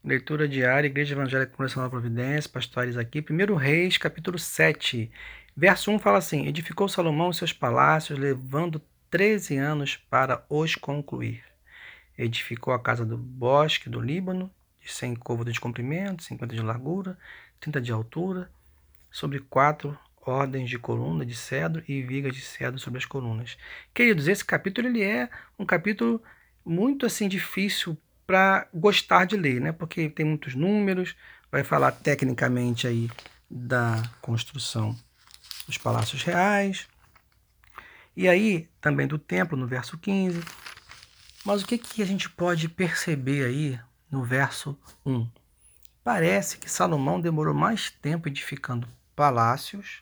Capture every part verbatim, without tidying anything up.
Leitura diária, Igreja Evangélica Congregacional da Providência, pastores aqui. Primeiro Reis, capítulo sete. Verso um fala assim: Edificou Salomão os seus palácios, levando treze anos para os concluir. Edificou a casa do bosque do Líbano, de cem côvados de comprimento, cinquenta de largura, trinta de altura, sobre quatro ordens de coluna de cedro e vigas de cedro sobre as colunas. Queridos, esse capítulo ele é um capítulo muito assim difícil para gostar de ler, né? Porque tem muitos números, vai falar tecnicamente aí da construção dos palácios reais, e aí também do templo no verso quinze. Mas o que, que a gente pode perceber aí no verso um? Parece que Salomão demorou mais tempo edificando palácios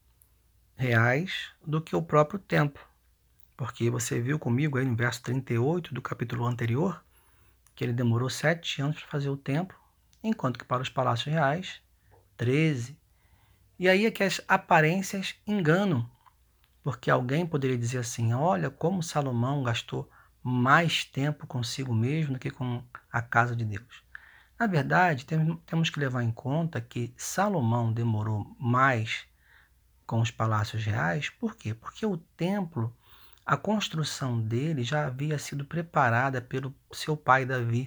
reais do que o próprio templo. Porque você viu comigo aí no verso trinta e oito do capítulo anterior que ele demorou sete anos para fazer o templo, enquanto que para os palácios reais, treze. E aí é que as aparências enganam, porque alguém poderia dizer assim: olha como Salomão gastou mais tempo consigo mesmo do que com a casa de Deus. Na verdade, temos que levar em conta que Salomão demorou mais com os palácios reais. Por quê? Porque o templo, a construção dele já havia sido preparada pelo seu pai Davi.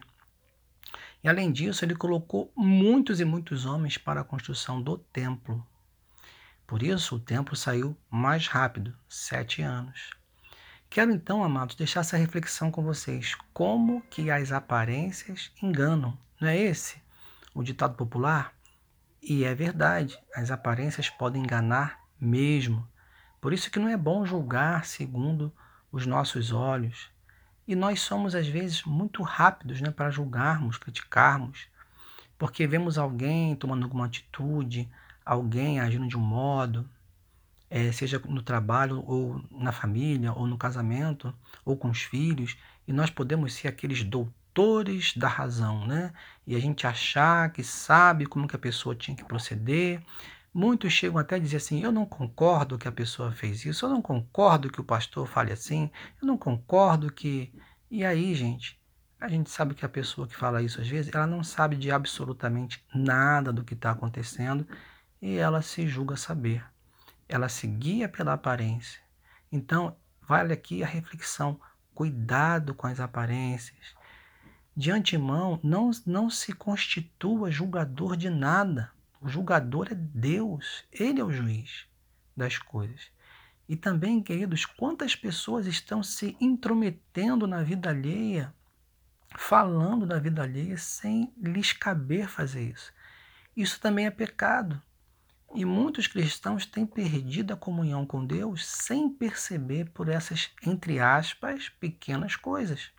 E além disso, ele colocou muitos e muitos homens para a construção do templo. Por isso, o templo saiu mais rápido, sete anos. Quero então, amados, deixar essa reflexão com vocês. Como que as aparências enganam? Não é esse o ditado popular? E é verdade, as aparências podem enganar mesmo. Por isso que não é bom julgar segundo os nossos olhos. E nós somos, às vezes, muito rápidos, né, para julgarmos, criticarmos, porque vemos alguém tomando alguma atitude, alguém agindo de um modo, é, seja no trabalho, ou na família, ou no casamento, ou com os filhos, e nós podemos ser aqueles doutores da razão, né? E a gente achar que sabe como que a pessoa tinha que proceder. Muitos chegam até a dizer assim: eu não concordo que a pessoa fez isso, eu não concordo que o pastor fale assim, eu não concordo que... E aí, gente, a gente sabe que a pessoa que fala isso às vezes, ela não sabe de absolutamente nada do que está acontecendo e ela se julga saber. Ela se guia pela aparência. Então, vale aqui a reflexão. Cuidado com as aparências. De antemão, não, não se constitua julgador de nada. O julgador é Deus. Ele é o juiz das coisas. E também, queridos, quantas pessoas estão se intrometendo na vida alheia, falando da vida alheia sem lhes caber fazer isso. Isso também é pecado. E muitos cristãos têm perdido a comunhão com Deus sem perceber por essas, entre aspas, pequenas coisas.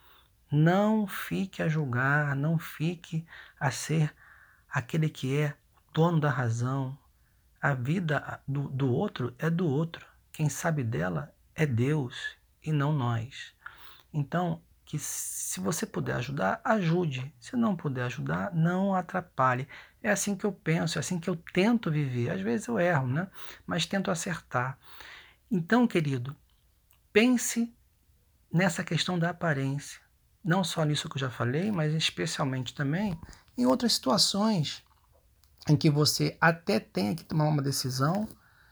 Não fique a julgar, não fique a ser aquele que é dono da razão. A vida do, do outro é do outro. Quem sabe dela é Deus e não nós. Então, que se você puder ajudar, ajude. Se não puder ajudar, não atrapalhe. É assim que eu penso, é assim que eu tento viver. Às vezes eu erro, né? Mas tento acertar. Então, querido, pense nessa questão da aparência. Não só nisso que eu já falei, mas especialmente também em outras situações em que você até tenha que tomar uma decisão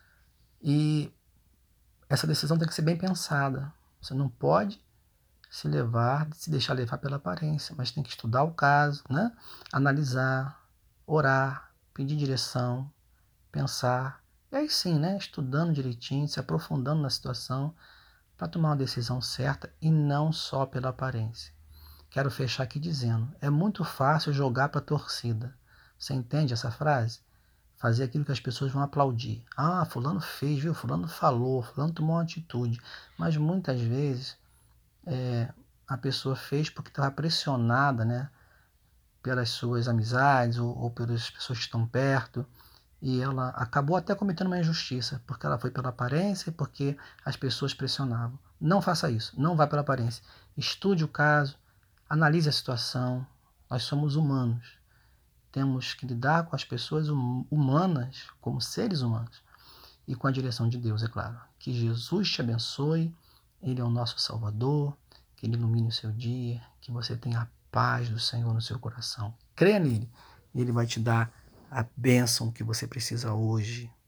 e essa decisão tem que ser bem pensada. Você não pode se levar, se deixar levar pela aparência, mas tem que estudar o caso, né? Analisar, orar, pedir direção, pensar. E aí sim, né? Estudando direitinho, se aprofundando na situação para tomar uma decisão certa e não só pela aparência. Quero fechar aqui dizendo, é muito fácil jogar para a torcida. Você entende essa frase? Fazer aquilo que as pessoas vão aplaudir. Ah, fulano fez, viu? Fulano falou, fulano tomou uma atitude. Mas muitas vezes é, a pessoa fez porque estava pressionada, né, pelas suas amizades ou, ou pelas pessoas que estão perto, e ela acabou até cometendo uma injustiça, porque ela foi pela aparência e porque as pessoas pressionavam. Não faça isso, não vá pela aparência. Estude o caso, analise a situação. Nós somos humanos. Temos que lidar com as pessoas hum, humanas, como seres humanos, e com a direção de Deus, é claro. Que Jesus te abençoe, Ele é o nosso Salvador, que Ele ilumine o seu dia, que você tenha a paz do Senhor no seu coração. Creia nele e ele vai te dar a bênção que você precisa hoje.